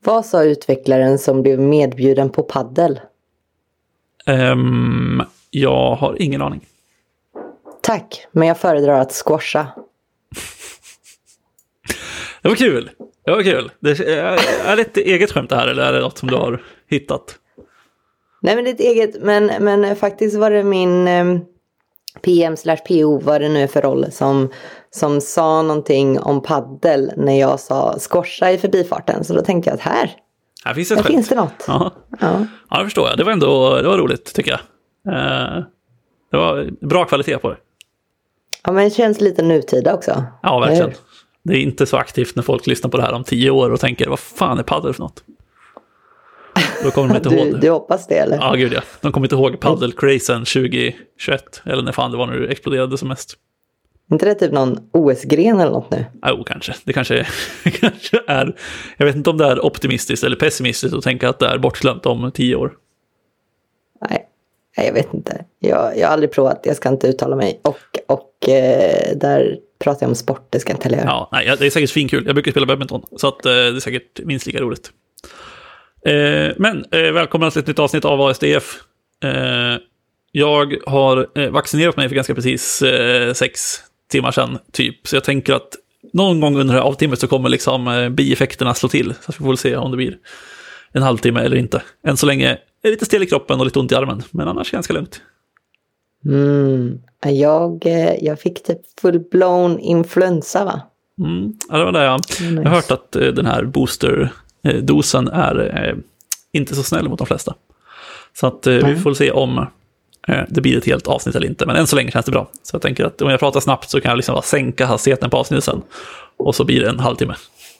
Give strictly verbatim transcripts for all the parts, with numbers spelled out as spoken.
Vad sa utvecklaren som blev medbjuden på paddel? Um, jag har ingen aning. Tack, men jag föredrar att squasha. Det var kul. Det var kul. Det är, är det ett eget skämt det här eller är det något som du har hittat? Nej, men det är ett eget, men, men faktiskt var det min eh, P M slash P O, vad det nu är för roll, som, som sa någonting om paddel när jag sa squasha i förbifarten. Så då tänkte jag att här, här finns, ett här skämt. finns det något. Ja. Ja. Ja, det förstår jag. Det var ändå det var roligt tycker jag. Eh, det var bra kvalitet på det. Ja, men det känns lite nutida också. Ja, verkligen. Det är inte så aktivt när folk lyssnar på det här om tio år och tänker, vad fan är paddel för något? Då kommer de inte du, ihåg det. Du hoppas det, eller? Ja, gud ja. De kommer inte ihåg paddel-crazen tjugo tjugoett. Eller när fan det var när det exploderade som mest. Inte det typ någon O S-gren eller något nu? Jo, kanske. Det kanske, kanske är... Jag vet inte om det är optimistiskt eller pessimistiskt att tänka att det är bortglömt om tio år. Nej, jag vet inte. Jag, jag har aldrig provat. Jag ska inte uttala mig. Och, och eh, där pratar jag om sport. Det ska jag inte heller göra. Ja, nej, det är säkert finkul. Jag brukar spela badminton. Så att, eh, det är säkert minst lika roligt. Eh, men eh, välkomna till ett nytt avsnitt av A S D F. Eh, jag har eh, vaccinerat mig för ganska precis eh, sex timmar sedan typ. Så jag tänker att någon gång under det här avtimmet så kommer liksom eh, bieffekterna slå till. Så vi får väl se om det blir en halvtimme eller inte. Än så länge är det lite stel i kroppen och lite ont i armen. Men annars ganska lugnt. Mm. Jag, jag fick typ full-blown influensa, va? Mm. Ja, det var det. Jag, nice. jag har hört att eh, den här boosterdosen är eh, inte så snäll mot de flesta. Så att eh, vi får se om eh, det blir ett helt avsnitt eller inte. Men än så länge känns det bra. Så jag tänker att om jag pratar snabbt så kan jag liksom bara sänka hastigheten på avsnittet sen. Och så blir det en halvtimme.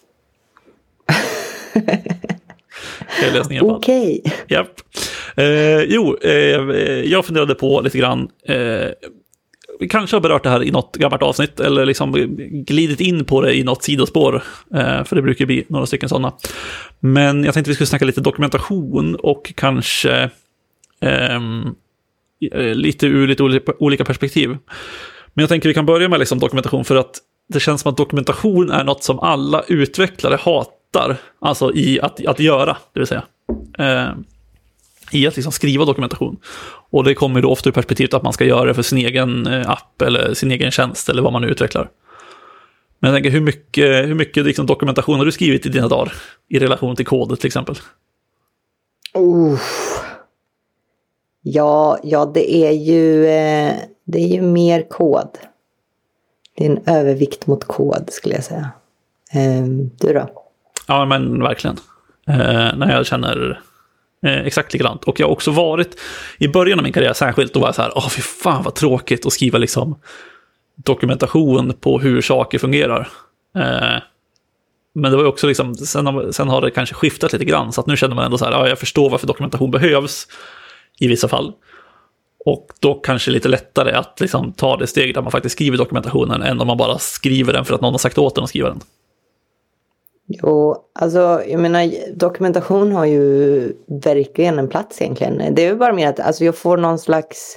Det är lösningen på allt. Okej. Japp. Eh, jo, eh, jag funderade på lite grann... Eh, vi kanske har berört det här i något gammalt avsnitt eller liksom glidit in på det i något sidospår, eh, för det brukar bli några stycken sådana. Men jag tänkte vi skulle snacka lite dokumentation och kanske eh, lite ur lite olika perspektiv. Men jag tänker vi kan börja med liksom dokumentation för att det känns som att dokumentation är något som alla utvecklare hatar, alltså i att, att göra, det vill säga. Eh, i att liksom skriva dokumentation. Och det kommer då ofta ur perspektivet att man ska göra det för sin egen app eller sin egen tjänst eller vad man nu utvecklar. Men jag tänker, hur mycket, hur mycket liksom dokumentation har du skrivit i dina dagar i relation till kodet till exempel? Uh. Ja, ja, det är ju eh, det är ju mer kod. Det är en övervikt mot kod skulle jag säga. Eh, du då? Ja, men verkligen. Eh, när jag känner... Eh, exakt likadant. Och jag har också varit i början av min karriär särskilt, då var jag så här, åh fy fan vad tråkigt att skriva liksom dokumentation på hur saker fungerar. Eh, men det var ju också liksom, sen, sen har det kanske skiftat lite grann, så att nu känner man ändå så här, ja, jag förstår varför dokumentation behövs i vissa fall. Och då kanske lite lättare att liksom ta det steg där man faktiskt skriver dokumentationen än om man bara skriver den för att någon har sagt åt den att skriva den. Jo, alltså jag menar, dokumentation har ju verkligen en plats egentligen. Det är ju bara mer att alltså, jag får någon slags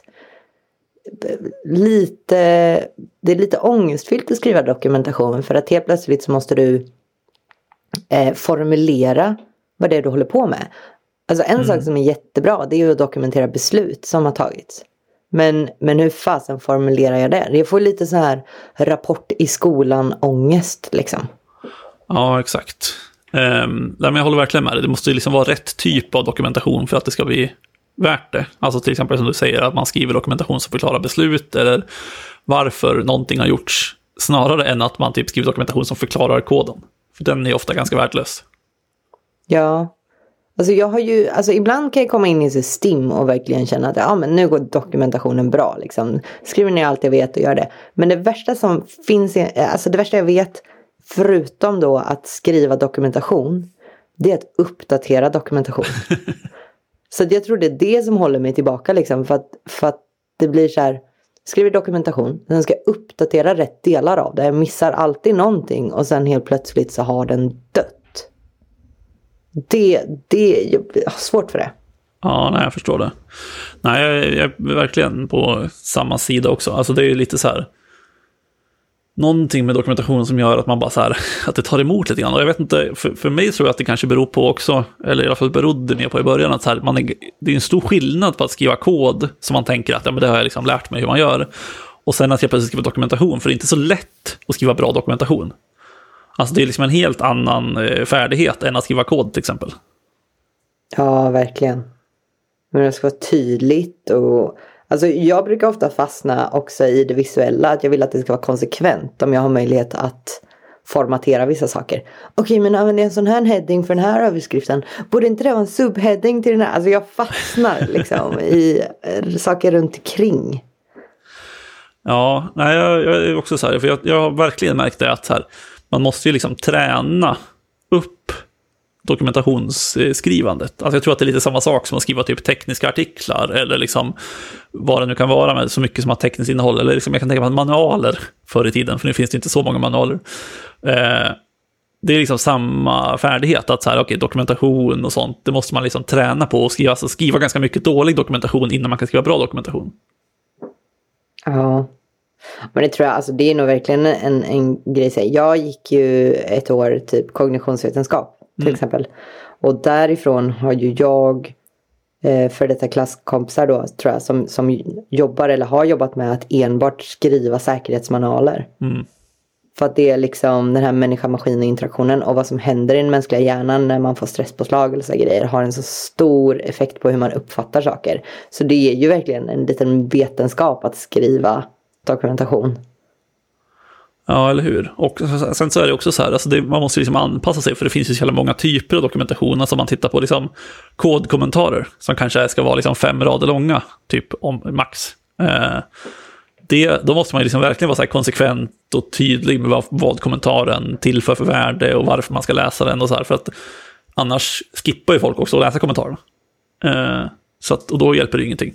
lite, det är lite ångestfyllt att skriva dokumentation, för att helt plötsligt så måste du eh, formulera vad det är du håller på med. Alltså en mm. sak som är jättebra, det är ju att dokumentera beslut som har tagits. Men, men hur fasen formulerar jag det? Jag får lite så här rapport i skolan ångest liksom. Ja, exakt. Um, men jag håller verkligen med dig. Det måste ju liksom vara rätt typ av dokumentation för att det ska bli värt det. Alltså till exempel som du säger, att man skriver dokumentation som förklarar beslut eller varför någonting har gjorts, snarare än att man typ skriver dokumentation som förklarar koden. För den är ofta ganska värdelös. Ja, alltså jag har ju, alltså ibland kan jag komma in i så stim och verkligen känna att ja, men nu går dokumentationen bra liksom. Skriver ner allt jag vet och gör det. Men det värsta som finns, alltså det värsta jag vet, förutom då att skriva dokumentation, det är att uppdatera dokumentation. Så jag tror det är det som håller mig tillbaka liksom, för att, för att det blir så här, skriver dokumentation, sen ska jag uppdatera rätt delar av det. Jag missar alltid någonting och sen helt plötsligt så har den dött. Det, det jag har svårt för det. Ja, nej, jag förstår det. Nej, jag, jag är verkligen på samma sida också. Alltså det är ju lite så här, någonting med dokumentation som gör att man bara så här, att det tar emot lite grann. Och jag vet inte, för, för mig tror jag att det kanske beror på också, eller i alla fall berodde mer på i början, att så här, man är, det är en stor skillnad på att skriva kod som man tänker att ja, men det har jag liksom lärt mig hur man gör. Och sen att jag plötsligt skriver dokumentation, för det är inte så lätt att skriva bra dokumentation. Alltså det är liksom en helt annan färdighet än att skriva kod till exempel. Ja, verkligen. Men det ska vara tydligt och... Alltså jag brukar ofta fastna också i det visuella, att jag vill att det ska vara konsekvent om jag har möjlighet att formatera vissa saker. Okej, men använder jag en sån här heading för den här överskriften, borde inte det vara en subheading till den här? Alltså jag fastnar liksom i saker runt omkring. Ja, nej, jag, jag är också så här, för jag, jag har verkligen märkt det att så här, man måste ju liksom träna upp dokumentationsskrivandet. Alltså jag tror att det är lite samma sak som att skriva typ tekniska artiklar eller liksom vad det nu kan vara med så mycket som har tekniskt innehåll, eller liksom jag kan tänka mig manualer förr i tiden, för nu finns det inte så många manualer. Eh, det är liksom samma färdighet att så här, okay, dokumentation och sånt, det måste man liksom träna på och skriva, alltså skriva ganska mycket dålig dokumentation innan man kan skriva bra dokumentation. Ja, men det tror jag, alltså det är nog verkligen en, en grej. Jag gick ju ett år typ kognitionsvetenskap till mm. exempel. Och därifrån har ju jag eh, för detta klasskompisar då, tror jag, som, som jobbar eller har jobbat med att enbart skriva säkerhetsmanualer. Mm. För att det är liksom den här människa-maskin-interaktionen och vad som händer i den mänskliga hjärnan när man får stresspåslag eller så grejer har en så stor effekt på hur man uppfattar saker. Så det är ju verkligen en liten vetenskap att skriva dokumentation. Ja, eller hur? Och sen så är det också så här, alltså det, man måste liksom anpassa sig, för det finns ju så många typer av dokumentation. Alltså man tittar på liksom kodkommentarer som kanske ska vara liksom fem rader långa, typ om max. Eh, det, då måste man liksom verkligen vara så här konsekvent och tydlig med vad, vad kommentaren tillför för värde och varför man ska läsa den och så här, för att annars skippar ju folk också att läsa kommentarerna. Eh, så att, och då hjälper det ingenting.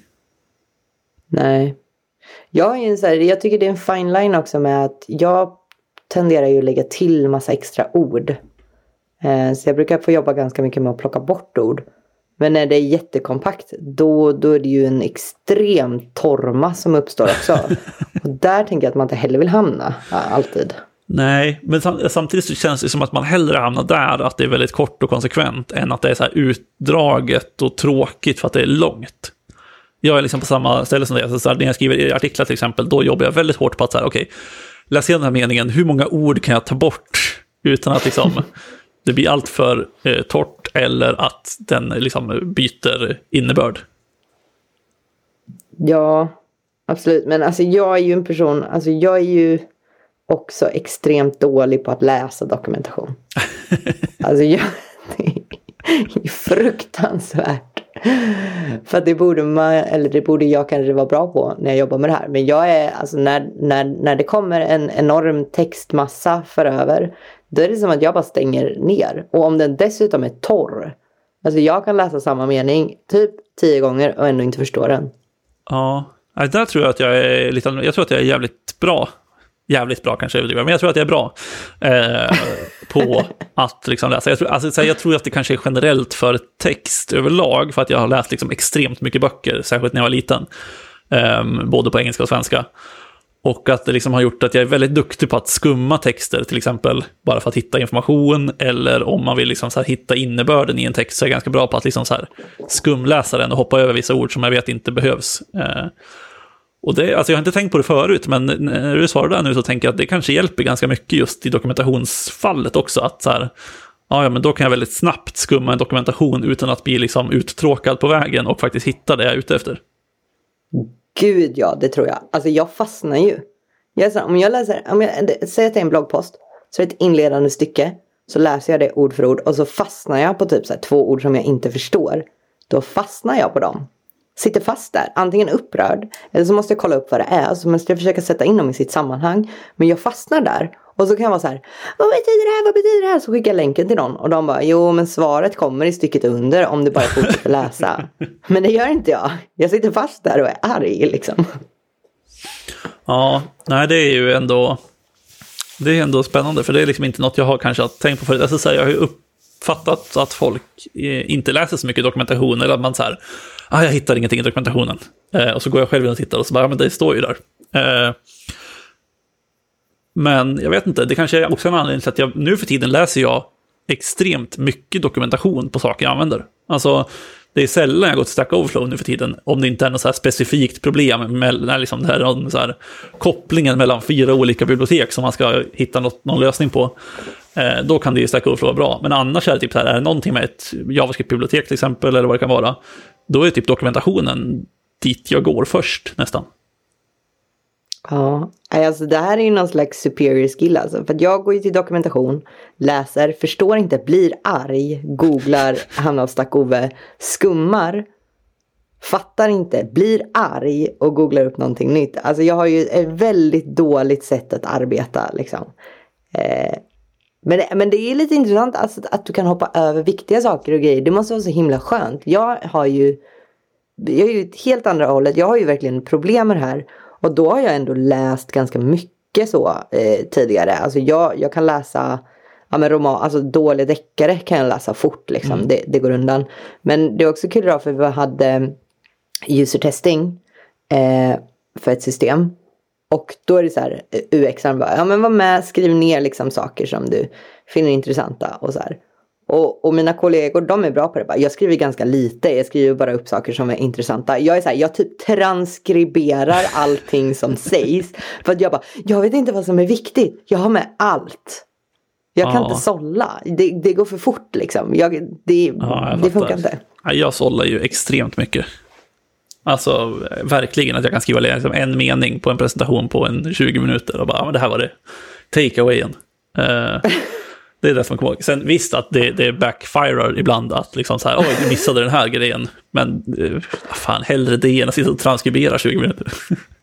Nej. Jag, är en så här, jag tycker det är en fine line också med att jag tenderar ju att lägga till massa extra ord. Eh, så jag brukar få jobba ganska mycket med att plocka bort ord. Men när det är jättekompakt, då, då är det ju en extrem torma som uppstår också. Och där tänker jag att man inte heller vill hamna, alltid. Nej, men samtidigt så känns det som att man hellre hamnar där, att det är väldigt kort och konsekvent, än att det är så här utdraget och tråkigt för att det är långt. Jag är liksom på samma ställe som det. Så här, när jag skriver artiklar till exempel, då jobbar jag väldigt hårt på att så här, okej, okay, läs igenom den här meningen, hur många ord kan jag ta bort utan att liksom det blir allt för eh, torrt eller att den liksom byter innebörd. Ja, absolut. Men alltså jag är ju en person, alltså jag är ju också extremt dålig på att läsa dokumentation. Alltså jag, det är fruktansvärt. För att det borde man, eller det borde jag kanske vara bra på när jag jobbar med det här. Men jag är, alltså när, när, när det kommer en enorm textmassa för över, då är det som att jag bara stänger ner. Och om den dessutom är torr, alltså jag kan läsa samma mening typ tio gånger och ändå inte förstå den. Ja, där tror jag att jag är lite, jag tror att jag är jävligt bra. Jävligt bra kanske, men jag tror att jag är bra eh, på att liksom läsa. Jag tror, alltså, jag tror att det kanske är generellt för text överlag, för att jag har läst liksom extremt mycket böcker, särskilt när jag var liten, eh, både på engelska och svenska. Och att det liksom har gjort att jag är väldigt duktig på att skumma texter, till exempel, bara för att hitta information, eller om man vill liksom så här hitta innebörden i en text, så är jag ganska bra på att liksom så här skumläsa den och hoppa över vissa ord som jag vet inte behövs. Eh, Och det, alltså jag har inte tänkt på det förut, men när du svarar där nu så tänker jag att det kanske hjälper ganska mycket just i dokumentationsfallet också. Att så här, ja, men då kan jag väldigt snabbt skumma en dokumentation utan att bli liksom uttråkad på vägen och faktiskt hitta det jag är ute efter. Gud ja, det tror jag. Alltså jag fastnar ju. Jag, så, om jag läser, om jag säger att det är en bloggpost, så är det ett inledande stycke, så läser jag det ord för ord och så fastnar jag på typ så här två ord som jag inte förstår. Då fastnar jag på dem. Sitter fast där, antingen upprörd, eller så måste jag kolla upp vad det är, så måste jag försöka sätta in dem i sitt sammanhang, men jag fastnar där, och så kan jag vara så här: vad betyder det här, vad betyder det här? Så skickar jag länken till någon, och de bara: jo, men svaret kommer i stycket under om du bara fortsätter läsa. Men det gör inte jag, jag sitter fast där och är arg liksom. Ja, nej, det är ju ändå det är ändå spännande, för det är liksom inte något jag har kanske tänkt på förut. Alltså, så här, jag har ju uppfattat att folk inte läser så mycket dokumentation, eller att man så här: ah, jag hittar ingenting i dokumentationen. Eh, och så går jag själv in och tittar och så bara, ja, men det står ju där. Eh, Men jag vet inte, det kanske är också en anledning till att jag nu för tiden läser jag extremt mycket dokumentation på saker jag använder. Alltså, det är sällan jag går till Stack Overflow nu för tiden, om det inte är något så här specifikt problem med liksom det här, så här, kopplingen mellan fyra olika bibliotek som man ska hitta något, någon lösning på. Eh, då kan det ju Stack Overflow vara bra. Men annars är det typ så här, är det någonting med ett JavaScript-bibliotek till exempel, eller vad det kan vara, då är typ dokumentationen dit jag går först nästan. Ja, alltså det här är ju någon slags superior skill alltså. För att jag går ju till dokumentation, läser, förstår inte, blir arg, googlar, hamnar av Stack Ove, skummar, fattar inte, blir arg och googlar upp någonting nytt. Alltså jag har ju ett väldigt dåligt sätt att arbeta liksom. Eh, men, det, men det är lite intressant alltså, att du kan hoppa över viktiga saker och grejer. Det måste vara så himla skönt. Jag har ju, jag är ju ett helt andra hållet. Jag har ju verkligen problem med det här. Och då har jag ändå läst ganska mycket så eh, tidigare. Alltså jag, jag kan läsa ja, men roman, alltså dåliga deckare kan jag läsa fort liksom. Mm. Det, det går undan. Men det är också kul då för vi hade user testing eh, för ett system. Och då är det så här, U X-aren bara, ja men var med, skriv ner liksom saker som du finner intressanta och så här. Och, och mina kollegor, de är bra på det. Jag skriver ganska lite. Jag skriver bara upp saker som är intressanta. Jag är så här, jag typ transkriberar allting som sägs. För att jag bara, jag vet inte vad som är viktigt. Jag har med allt. Jag kan ja. inte sålla. Det, det går för fort liksom. Jag, det ja, jag det funkar inte. Jag sållar ju extremt mycket. Alltså verkligen att jag kan skriva liksom en mening på en presentation på en tjugo minuter. Och bara, ja men det här var det. Take awayen. Uh, Det är det som kommer ihåg. Sen visst att det, det backfirar ibland att liksom så här, oj, du missade den här grejen. Men uh, fan, hellre det än att sitta och transkribera tjugo minuter.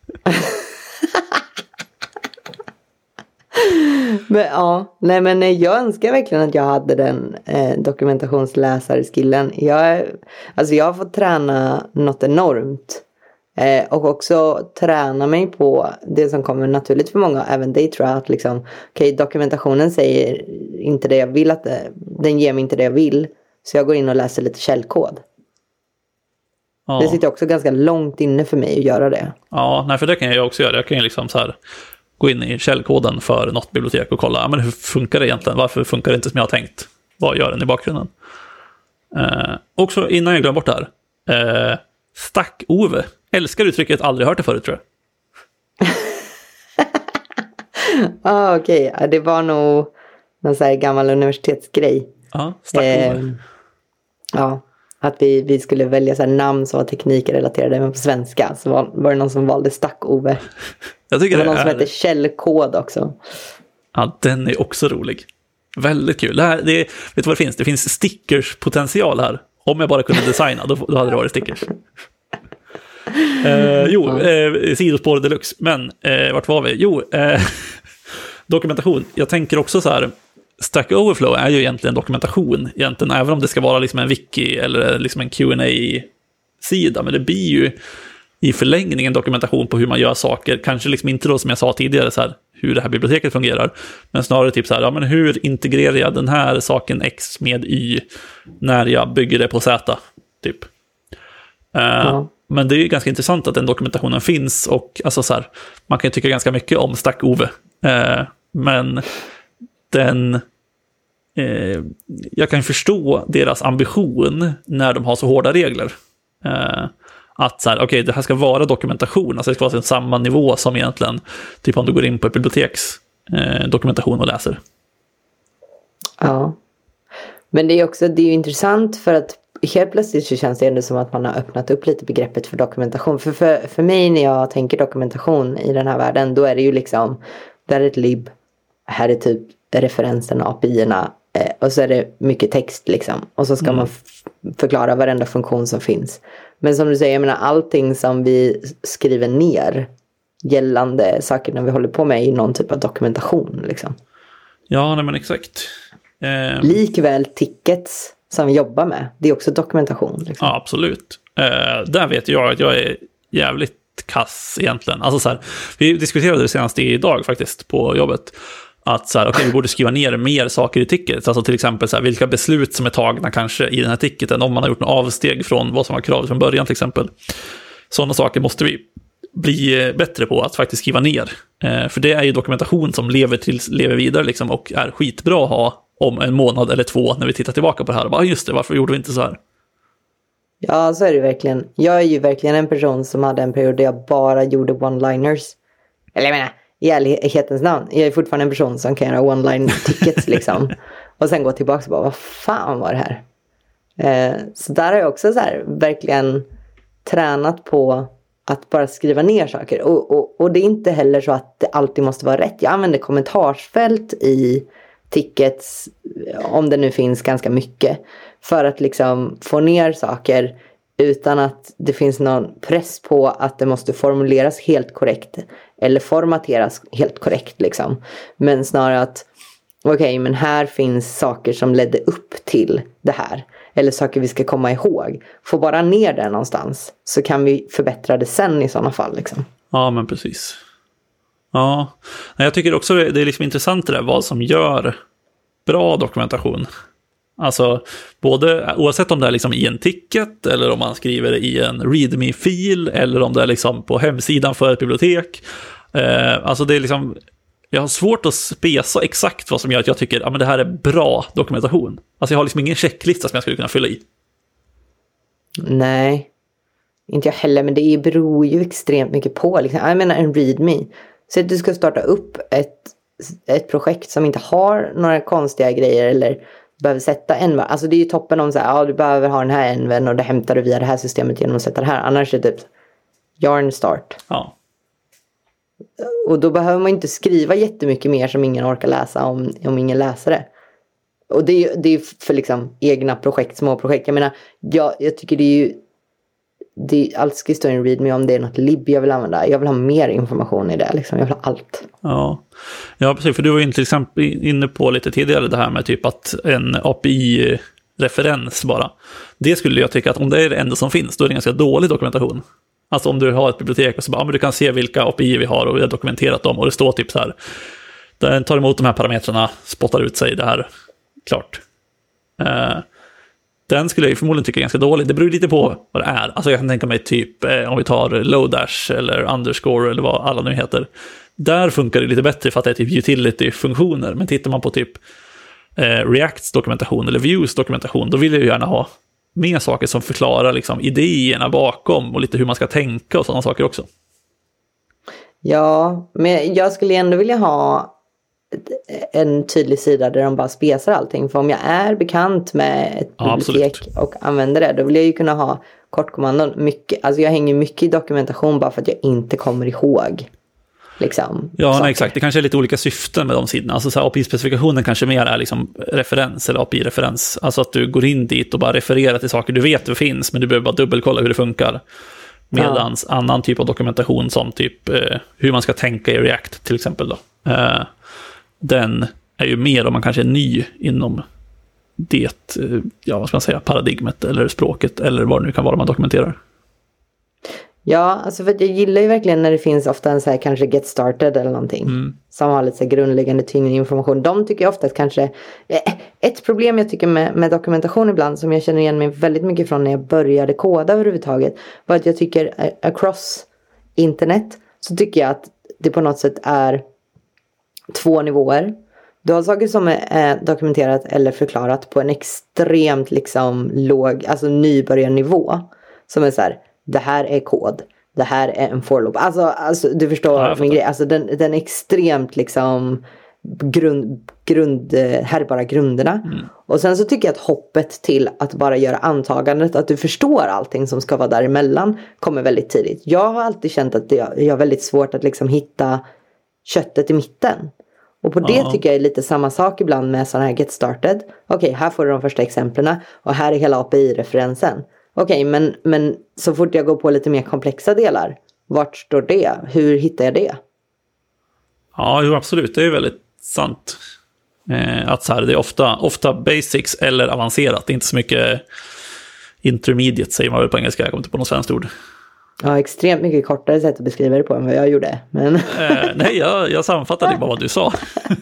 Men ja, nej men jag önskar verkligen att jag hade den eh, dokumentationsläsarskillen. Jag, alltså jag har fått träna något enormt. Eh, och också träna mig på det som kommer naturligt för många, även dig tror jag, att liksom, okej, okay, dokumentationen säger inte det jag vill, att det, den ger mig inte det jag vill, så jag går in och läser lite källkod. Ja. Det sitter också ganska långt inne för mig att göra det. Ja, nej, för det kan jag också göra. Jag kan ju liksom så här gå in i källkoden för något bibliotek och kolla, ja, men hur funkar det egentligen? Varför funkar det inte som jag har tänkt? Vad gör den i bakgrunden? Eh, också innan jag glömmer bort det här. Eh, Stack Ove. Älskar uttrycket, aldrig hört det förut tror jag. ah, okej. Okay. Det var nog någon så här gammal universitetsgrej. Ja, Stack Ove. Eh, ja, att vi, vi skulle välja så här namn som var teknikrelaterade, men på svenska så var, var det någon som valde Stack Ove. Jag tycker det var det någon är... som heter källkod också. Ja, den är också rolig. Väldigt kul. Det här, det, vet du vad det finns? Det finns stickers-potential här. Om jag bara kunde designa, då, då hade det varit stickers. Eh, jo, eh, sidospår deluxe. Men eh, vart var vi? Jo, eh, dokumentation. Jag tänker också så här, Stack Overflow är ju egentligen dokumentation egentligen, även om det ska vara liksom en wiki eller liksom en Q and A-sida, men det blir ju i förlängningen dokumentation på hur man gör saker, kanske liksom inte då som jag sa tidigare så här, hur det här biblioteket fungerar, men snarare typ så här, ja men hur integrerar jag den här saken X med Y när jag bygger det på Z, typ. Uh, ja. Men det är ju ganska intressant att den dokumentationen finns, och alltså så här, man kan ju tycka ganska mycket om Stack Ove, uh, men den uh, jag kan förstå deras ambition när de har så hårda regler. Uh, att så här, okej, okay, det här ska vara dokumentation, alltså det ska vara samma nivå som egentligen typ om du går in på ett biblioteks uh, dokumentation och läser. Ja. Men det är också, det är ju intressant för att helt plötsligt så känns det ändå som att man har öppnat upp lite begreppet för dokumentation. För, för, för mig när jag tänker dokumentation i den här världen, då är det ju liksom, där är ett lib, här är typ referenserna, A P I-erna, eh, och så är det mycket text liksom. Och så ska mm. man f- förklara varenda funktion som finns. Men som du säger, jag menar, allting som vi skriver ner gällande saker när vi håller på med är ju någon typ av dokumentation liksom. Ja, nej men exakt. Eh... Likväl tickets som vi jobbar med, det är också dokumentation liksom. Ja, absolut. Eh, där vet jag att jag är jävligt kass egentligen. Alltså så här, vi diskuterade det senast idag faktiskt på jobbet, att så här, okay, vi borde skriva ner mer saker i ticket. Alltså till exempel så här, vilka beslut som är tagna kanske i den här ticketen, om man har gjort en avsteg från vad som var kravet från början till exempel. Sådana saker måste vi bli bättre på att faktiskt skriva ner. Eh, för det är ju dokumentation som lever, till, lever vidare liksom, och är skitbra att ha om en månad eller två när vi tittar tillbaka på det här. Och bara, just det, varför gjorde vi inte så här? Ja, så är det verkligen. Jag är ju verkligen en person som hade en period där jag bara gjorde one-liners. Eller jag menar, i ärlighetens namn. Jag är fortfarande en person som kan göra one-line-tickets liksom. Och sen gå tillbaka och bara, vad fan var det här? Eh, så där har jag också så här verkligen tränat på att bara skriva ner saker. Och, och, och det är inte heller så att det alltid måste vara rätt. Jag använder kommentarsfält i tickets, om det nu finns ganska mycket, för att liksom få ner saker utan att det finns någon press på att det måste formuleras helt korrekt eller formateras helt korrekt liksom. Men snarare att okej, okay, men här finns saker som ledde upp till det här, eller saker vi ska komma ihåg. Få bara ner det någonstans, så kan vi förbättra det sen i sådana fall liksom. Ja, men precis. Ja, jag tycker också det är liksom intressant det där, vad som gör bra dokumentation. Alltså, både, oavsett om det är liksom i en ticket, eller om man skriver det i en readme-fil, eller om det är liksom på hemsidan för ett bibliotek. Eh, alltså det är liksom, jag har svårt att spesa exakt vad som gör att jag tycker att ja, det här är bra dokumentation. Alltså jag har liksom ingen checklista som jag skulle kunna fylla i. Nej, inte jag heller, men det beror ju extremt mycket på. Liksom. Jag menar en readme. Så att du ska starta upp ett, ett projekt som inte har några konstiga grejer eller behöver sätta en. Alltså det är ju toppen om så här, ja, du behöver ha den här enven och det hämtar du via det här systemet genom att sätta det här. Annars är det typ yarn start. Ja. Och då behöver man inte skriva jättemycket mer som ingen orkar läsa om, om ingen läser det. Och det är, det är för liksom egna projekt, små projekt. Jag menar, jag, jag tycker det är ju det, allt ska stå i en readme om det är något lib jag vill använda. Jag vill ha mer information i det liksom. Jag vill ha allt. Ja, ja precis. För du var ju till exempel inne på lite tidigare det här med typ att en A P I-referens bara. Det skulle jag tycka att om det är det enda som finns, då är det ganska dålig dokumentation. Alltså om du har ett bibliotek och så bara, ja, men du kan se vilka A P I vi har och vi har dokumenterat dem och det står typ så här, den tar emot de här parametrarna, spottar ut sig det här, klart. Uh, den skulle jag ju förmodligen tycka är ganska dålig. Det beror lite på vad det är. Alltså jag kan tänka mig typ, eh, om vi tar Lodash eller Underscore eller vad alla nu heter. Där funkar det lite bättre för att det är typ utility-funktioner. Men tittar man på typ eh, Reacts dokumentation eller Views dokumentation, då vill jag ju gärna ha mer saker som förklarar liksom idéerna bakom och lite hur man ska tänka och sådana saker också. Ja, men jag skulle ändå vilja ha en tydlig sida där de bara spesar allting. För om jag är bekant med ett ja, bibliotek absolut. Och använder det, då vill jag ju kunna ha kortkommandon mycket. Alltså jag hänger mycket i dokumentation bara för att jag inte kommer ihåg. Liksom, ja, nej, exakt. Det kanske är lite olika syften med de sidorna. Alltså så här, A P I-specifikationen kanske mer är liksom referens eller A P I-referens. Alltså att du går in dit och bara refererar till saker du vet det finns, men du behöver bara dubbelkolla hur det funkar. Medans ja. Annan typ av dokumentation som typ eh, hur man ska tänka i React till exempel då. Eh, den är ju mer om man kanske är ny inom det, ja vad ska man säga, paradigmet eller språket eller vad det nu kan vara man dokumenterar. Ja, alltså för jag gillar ju verkligen när det finns ofta en så här kanske get started eller någonting mm. som har lite så här grundläggande tyngre information. De tycker jag ofta att kanske, ett problem jag tycker med, med dokumentation ibland som jag känner igen mig väldigt mycket från när jag började koda överhuvudtaget var att jag tycker across internet så tycker jag att det på något sätt är två nivåer. Du har saker som är dokumenterat eller förklarat på en extremt liksom låg, alltså nybörjarnivå. Som är så här, det här är kod. Det här är en for loop. Alltså, alltså du förstår ja, min grej. Alltså den, den extremt liksom grund, grund, här är bara grunderna. Mm. Och sen så tycker jag att hoppet till att bara göra antagandet att du förstår allting som ska vara däremellan kommer väldigt tidigt. Jag har alltid känt att jag, jag har väldigt svårt att liksom hitta köttet i mitten. Och på det ja. Tycker jag är lite samma sak ibland med sådana här get started. Okej, okay, här får du de första exemplen och här är hela A P I-referensen. Okej, okay, men, men så fort jag går på lite mer komplexa delar, vart står det? Hur hittar jag det? Ja, jo, absolut. Det är väldigt sant. Eh, att så här, det är ofta, ofta basics eller avancerat. Det är inte så mycket intermediate, säger man väl på engelska. Jag kommer inte på något svenskt ord. Ja, extremt mycket kortare sätt att beskriva det på än vad jag gjorde. Men... eh, nej, jag, jag samfattade bara vad du sa.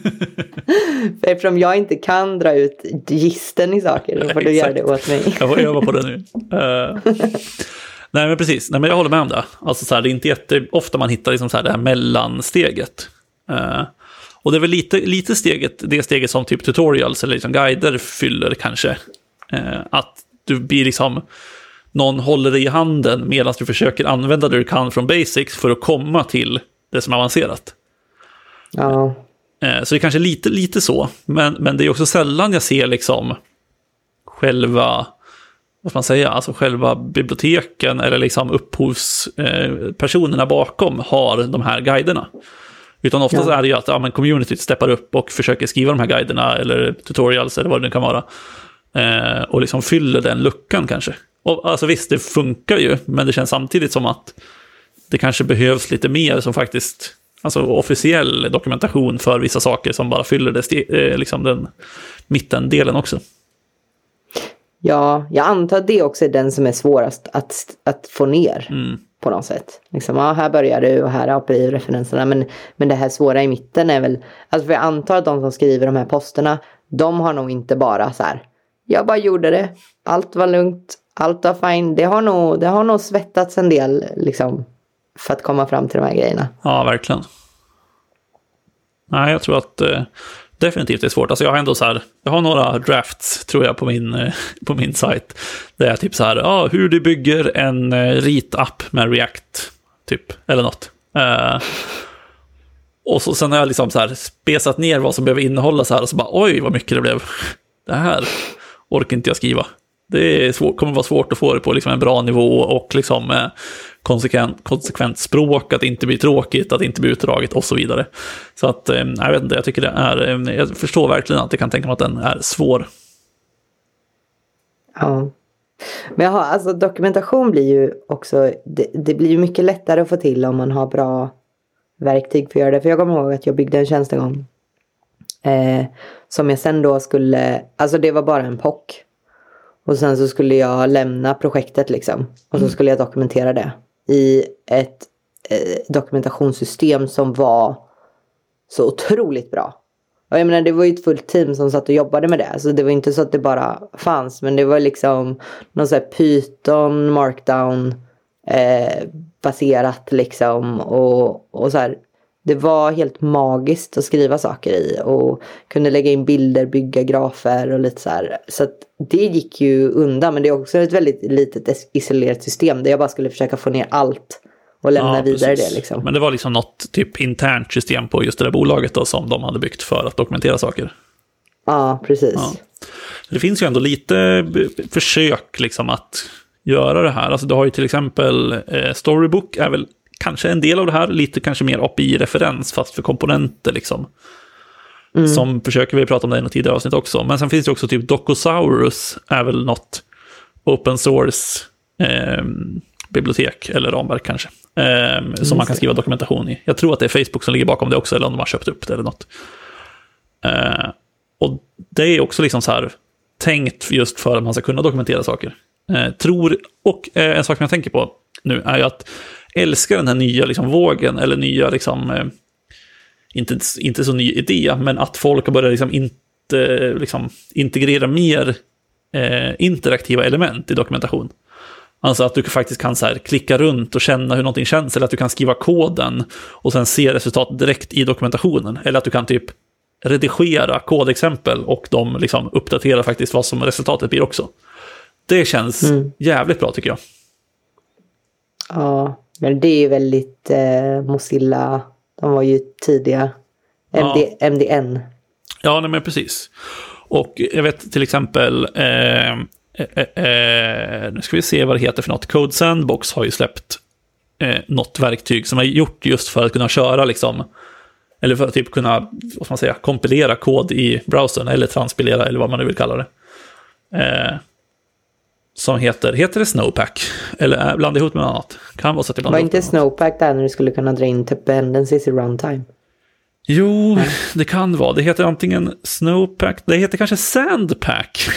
För eftersom jag inte kan dra ut gisten i saker, då får du göra det åt mig. Jag får öva på det nu. Uh, Nej, men precis. Nej, men jag håller med om det. Alltså, så här, det är inte jätteofta man hittar liksom så här, det här mellansteget. Uh, och det är väl lite, lite steget, det steget som typ tutorials eller liksom guider fyller kanske. Uh, att du blir liksom, någon håller dig i handen medan du försöker använda det du kan från basics för att komma till det som är avancerat. Ja. Uh, så det är kanske lite, lite så. Men, men det är också sällan jag ser liksom själva... vad ska man säga, alltså själva biblioteken eller liksom upphovspersonerna eh, bakom har de här guiderna. Utan oftast ja. är det ju att ja, men communityt steppar upp och försöker skriva de här guiderna eller tutorials eller vad det kan vara. Eh, och liksom fyller den luckan kanske. Och alltså visst, det funkar ju, men det känns samtidigt som att det kanske behövs lite mer som faktiskt, alltså officiell dokumentation för vissa saker som bara fyller det ste- eh, liksom den mittendelen också. Ja, jag antar att det också är den som är svårast att, att få ner mm. på något sätt. Liksom, ja, här börjar du och här är i referenserna. Men, men det här svåra i mitten är väl... Alltså för jag antar att de som skriver de här posterna, de har nog inte bara så här... Jag bara gjorde det. Allt var lugnt. Allt var fine. Det har nog, det har nog svettats en del liksom, för att komma fram till de här grejerna. Ja, verkligen. Nej, jag tror att... Eh... definitivt är svårt. Alltså jag har ändå så här, jag har några drafts tror jag på min på min sajt där jag typ så här, ja, hur du bygger en ritapp med React typ eller något. Uh, och så sen har jag liksom så här spesat ner vad som behöver innehålla så här och så bara oj vad mycket det blev. Det här orkar inte jag skriva. Det är svårt, kommer vara svårt att få det på liksom en bra nivå och liksom eh, konsekvent, konsekvent språk, att det inte blir tråkigt, att det inte blir utdraget och så vidare. Så att, eh, jag vet inte, jag tycker det är, eh, jag förstår verkligen att jag kan tänka mig att den är svår. Ja. Men jag har, alltså dokumentation blir ju också, det, det blir ju mycket lättare att få till om man har bra verktyg för att göra det. För jag kommer ihåg att jag byggde en tjänst en gång. Eh, som jag sen då skulle, alltså det var bara en P O C. Och sen så skulle jag lämna projektet liksom. Och så skulle jag dokumentera det. I ett eh, dokumentationssystem som var så otroligt bra. Och jag menar det var ju ett fullt team som satt och jobbade med det. Så det var inte så att det bara fanns. Men det var liksom någon sån här Python, Markdown eh, baserat liksom. Och, och så här. Det var helt magiskt att skriva saker i. Och kunde lägga in bilder, bygga grafer och lite så här. Så att det gick ju undan. Men det är också ett väldigt litet isolerat system. Där jag bara skulle försöka få ner allt. Och lämna ja, vidare det liksom. Men det var liksom något typ internt system på just det där bolaget då, som de hade byggt för att dokumentera saker. Ja, precis. Ja. Det finns ju ändå lite försök liksom att göra det här. Alltså du har ju till exempel eh, Storybook är väl kanske en del av det här, lite kanske mer A P I-referens fast för komponenter liksom. Mm. Som försöker vi prata om det i något tidigare avsnitt också. Men sen finns det också typ Docosaurus är väl något open source eh, bibliotek eller ramverk kanske. Eh, mm. Som man kan skriva dokumentation i. Jag tror att det är Facebook som ligger bakom det också eller om de har köpt upp det eller något. Eh, och det är också liksom så här tänkt just för att man ska kunna dokumentera saker. Eh, tror, och eh, en sak som jag tänker på nu är ju att älskar den här nya liksom, vågen eller nya liksom, eh, inte, inte så ny idé, men att folk har börjat liksom, inte, liksom, integrera mer eh, interaktiva element i dokumentation. Alltså att du faktiskt kan så här, klicka runt och känna hur någonting känns, eller att du kan skriva koden och sen se resultat direkt i dokumentationen, eller att du kan typ redigera kodexempel och de liksom, uppdaterar faktiskt vad som resultatet blir också. Det känns mm. jävligt bra tycker jag. Ja, men det är ju väldigt eh, Mozilla, de var ju tidiga M D, ja. M D N. Ja, nej, men precis. Och jag vet till exempel eh, eh, eh, nu ska vi se vad det heter för något. Code Sandbox har ju släppt eh, något verktyg som är gjort just för att kunna köra liksom, eller för att typ kunna, vad ska man säga, kompilera kod i browsern eller transpilera eller vad man nu vill kalla det. Eh, som heter, heter det Snowpack? Eller blandar ihop med något annat? Kan vara så att det var inte Snowpack där när du skulle kunna dra in dependencies i runtime? Jo, mm. det kan vara. Det heter antingen Snowpack, det heter kanske Sandpack.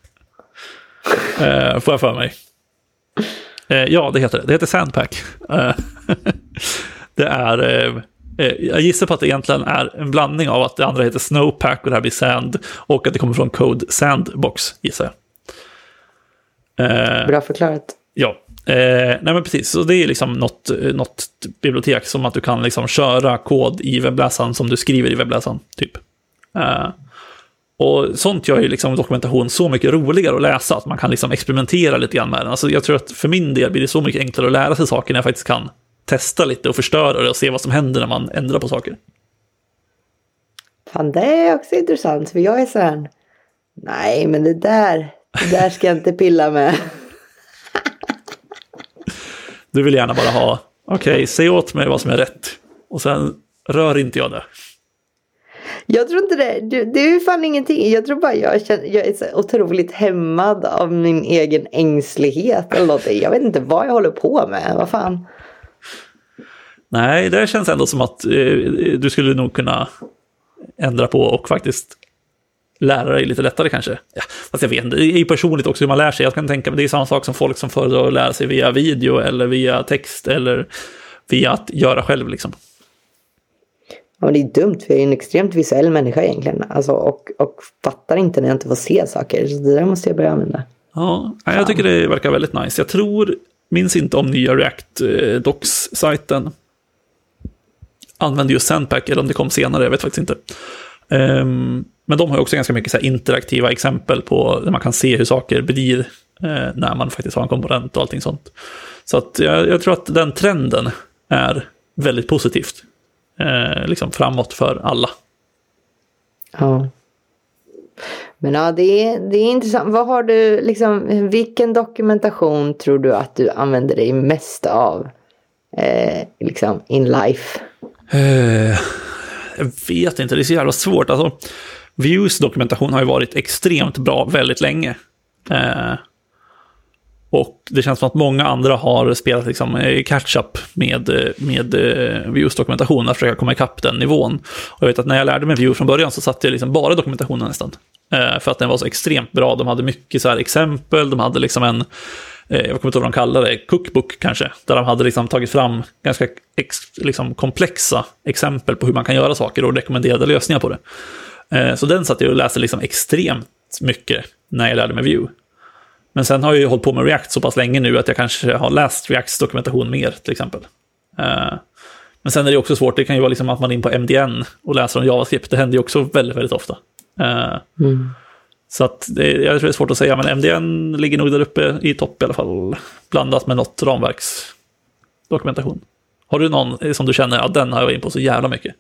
eh, får jag för mig. Eh, ja, det heter det. Det heter Sandpack. Eh, det är... Eh, jag gissar på att det egentligen är en blandning av att det andra heter Snowpack och det här blir Sand och att det kommer från Code Sandbox, gissar jag. Bra förklarat. Ja, Eh, nej men precis, så det är liksom något, något bibliotek som att du kan liksom köra kod i webbläsaren som du skriver i webbläsaren, typ. Eh, och sånt gör ju liksom dokumentation så mycket roligare att läsa, att man kan liksom experimentera lite grann med den. Alltså jag tror att för min del blir det så mycket enklare att lära sig saker när jag faktiskt kan testa lite och förstöra det och se vad som händer när man ändrar på saker. Fan, det är också intressant, för jag är så här, nej men det där, det där ska jag inte pilla med. Du vill gärna bara ha, okej, okay, säg åt mig vad som är rätt. Och sen rör inte jag det. Jag tror inte det. Du, det är ju fan ingenting. Jag tror bara jag, känner, jag är så otroligt hämmad av min egen ängslighet eller något. Jag vet inte vad jag håller på med. Vad fan? Nej, det känns ändå som att eh, du skulle nog kunna ändra på och faktiskt lära dig lite lättare kanske. Ja, fast jag vet inte, det är ju personligt också hur man lär sig. Jag kan tänka mig det är samma sak som folk som föredrar att lära sig via video eller via text eller via att göra själv liksom. Ja, men det är dumt, för jag är en extremt visuell människa egentligen. Alltså, och, och fattar inte när jag inte får se saker. Så det där måste jag börja använda. Ja, jag tycker det verkar väldigt nice. Jag tror, minns inte om nya React Docs-sajten använder ju Sandpack eller om det kom senare, jag vet faktiskt inte. Um, men de har också ganska mycket så här interaktiva exempel på där man kan se hur saker blir eh, när man faktiskt har en komponent och allting sånt. Så att jag, jag tror att den trenden är väldigt positivt. Eh, liksom framåt för alla. Ja. Men ja, det är, det är intressant. Vad har du, liksom, vilken dokumentation tror du att du använder dig mest av eh, liksom in life? Eh, jag vet inte, det är så jävla svårt. Alltså, Vues dokumentation har ju varit extremt bra väldigt länge. Eh, och det känns som att många andra har spelat liksom catch-up med, med Vues dokumentation att försöka komma ikapp den nivån. Och jag vet att när jag lärde mig Vue från början så satt jag liksom bara dokumentationen nästan. Eh, för att den var så extremt bra. De hade mycket så här exempel, de hade liksom en, eh, jag kommer inte ihåg vad de kallade det, cookbook kanske, där de hade liksom tagit fram ganska ex, liksom komplexa exempel på hur man kan göra saker och rekommenderade lösningar på det. Eh, så den satt jag och läste liksom extremt mycket när jag lärde mig Vue. Men sen har jag ju hållit på med React så pass länge nu att jag kanske har läst Reacts dokumentation mer till exempel. Uh, men sen är det också svårt, det kan ju vara liksom att man är in på M D N och läser om JavaScript, det händer ju också väldigt, väldigt ofta. Uh, mm. Så att det, jag tror det är svårt att säga, men M D N ligger nog där uppe i topp i alla fall, blandat med något ramverksdokumentation. Har du någon som du känner att ja, den har jag in på så jävla mycket?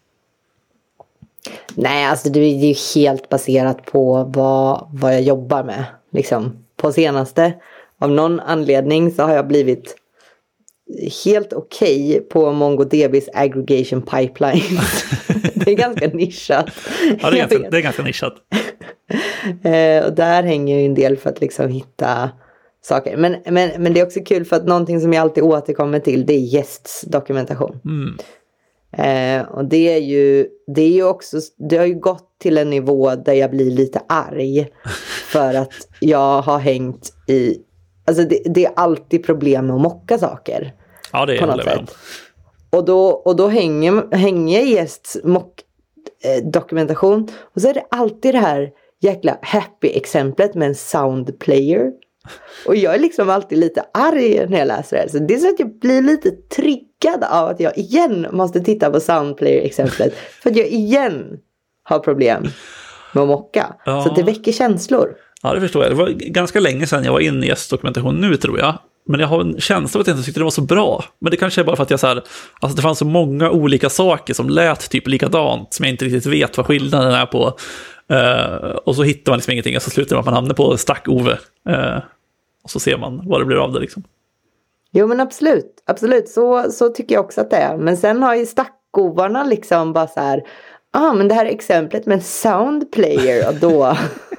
Nej, alltså det är ju helt baserat på vad, vad jag jobbar med. Liksom, på senaste, av någon anledning så har jag blivit helt okej okay på MongoDBs aggregation pipeline. Det är ganska nischat. Ja, det är ganska, det är ganska nischat. eh, och där hänger ju en del för att liksom hitta saker. Men, men, men det är också kul för att någonting som jag alltid återkommer till, det är gästs dokumentation. Mm. Eh, och det är ju det är ju också, det har ju gått till en nivå där jag blir lite arg för att jag har hängt i, alltså det, det är alltid problem med att mocka saker. Ja, det är på något sätt. Och då, och då hänger, hänger gästs mock eh, dokumentation och så är det alltid det här jäkla happy-exemplet med en sound player. Och jag är liksom alltid lite arg när jag läser det. Så det är så att jag blir lite triggad av att jag igen måste titta på soundplayer-exemplet. För att jag igen har problem med att mocka. Ja. Så att det väcker känslor. Ja, det förstår jag. Det var ganska länge sedan jag var inne i gästdokumentation nu, tror jag. Men jag har en känsla av att jag inte tyckte det var så bra. Men det kanske är bara för att jag så här, alltså det fanns så många olika saker som lät typ likadant som jag inte riktigt vet vad skillnaden är på. Uh, och så hittar man liksom ingenting och så slutar man att man hamnar på Stack-Ove. Uh, och så ser man vad det blir av det liksom. Jo, men absolut. Absolut, så, så tycker jag också att det är. Men sen har ju Stack-Ovarna liksom bara så här, ja ah, men det här är exemplet med en sound player och då...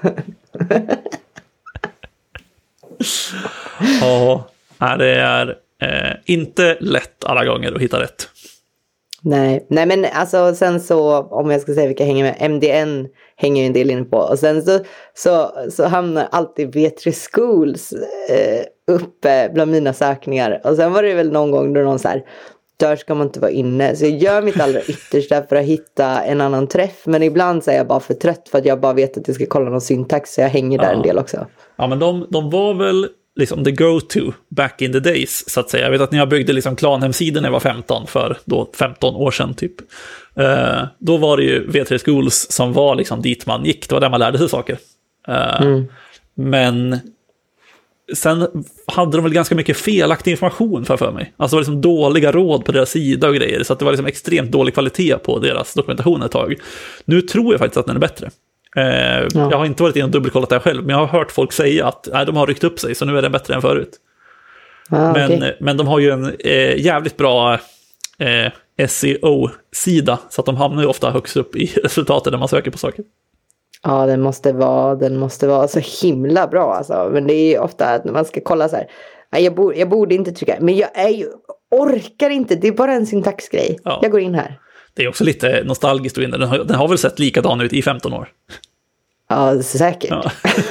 Ja, det är eh, inte lätt alla gånger att hitta rätt. Nej, nej men alltså sen så, om jag ska säga vilka hänger med, M D N hänger ju en del in på. Och sen så, så, så hamnar alltid V tre Schools eh, uppe bland mina sökningar. Och sen var det väl någon gång då någon så här, där ska man inte vara inne. Så jag gör mitt allra yttersta för att hitta en annan träff. Men ibland så är jag bara för trött för att jag bara vet att jag ska kolla någon syntax. Så jag hänger där ja. en del också. Ja, men de, de var väl liksom the go-to back in the days, så att säga. Jag vet att när jag byggde liksom klanhemsidan när jag var femton, för då femton år sedan typ. Uh, då var det ju V tre Schools som var liksom dit man gick. Det var där man lärde sig saker. Uh, mm. Men sen hade de väl ganska mycket felaktig information för, för mig. Alltså det var liksom dåliga råd på deras sida och grejer. Så att det var liksom extremt dålig kvalitet på deras dokumentation ett tag. Nu tror jag faktiskt att den är bättre. Uh, ja. Jag har inte varit in och dubbelkollat det här själv, men jag har hört folk säga att nej, de har ryckt upp sig, så nu är den bättre än förut. Ah, men, okay. men de har ju en eh, jävligt bra eh, S E O-sida, så att de hamnar ju ofta högst upp i resultaten när man söker på saker. Ja, den måste vara, den måste vara så himla bra alltså. Men det är ju ofta att när man ska kolla så här, jag borde, jag borde inte trycka, men jag är ju, orkar inte, det är bara en syntaxgrej. Ja. Jag går in här. Det är också lite nostalgiskt, den har, den har väl sett likadan ut i femton år. Ja, säkert. Ja.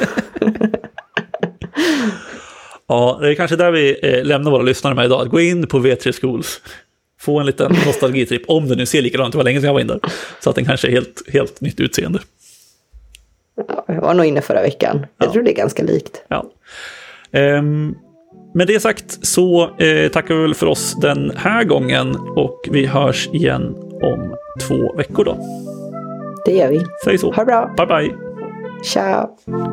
Ja, det är kanske där vi eh, lämnar våra lyssnare med idag. Gå in på V tre Schools. Få en liten nostalgitripp, om den nu ser likadant. Det var länge sedan jag var inne där. Så att den kanske är helt, helt nytt utseende. Ja, jag var nog inne förra veckan. Jag ja. tror det är ganska likt. Ja. Um, med det sagt så eh, tackar vi väl för oss den här gången. Och vi hörs igen om två veckor då. Det gör vi. Säg så. Ha det bra. Bye bye. Ciao.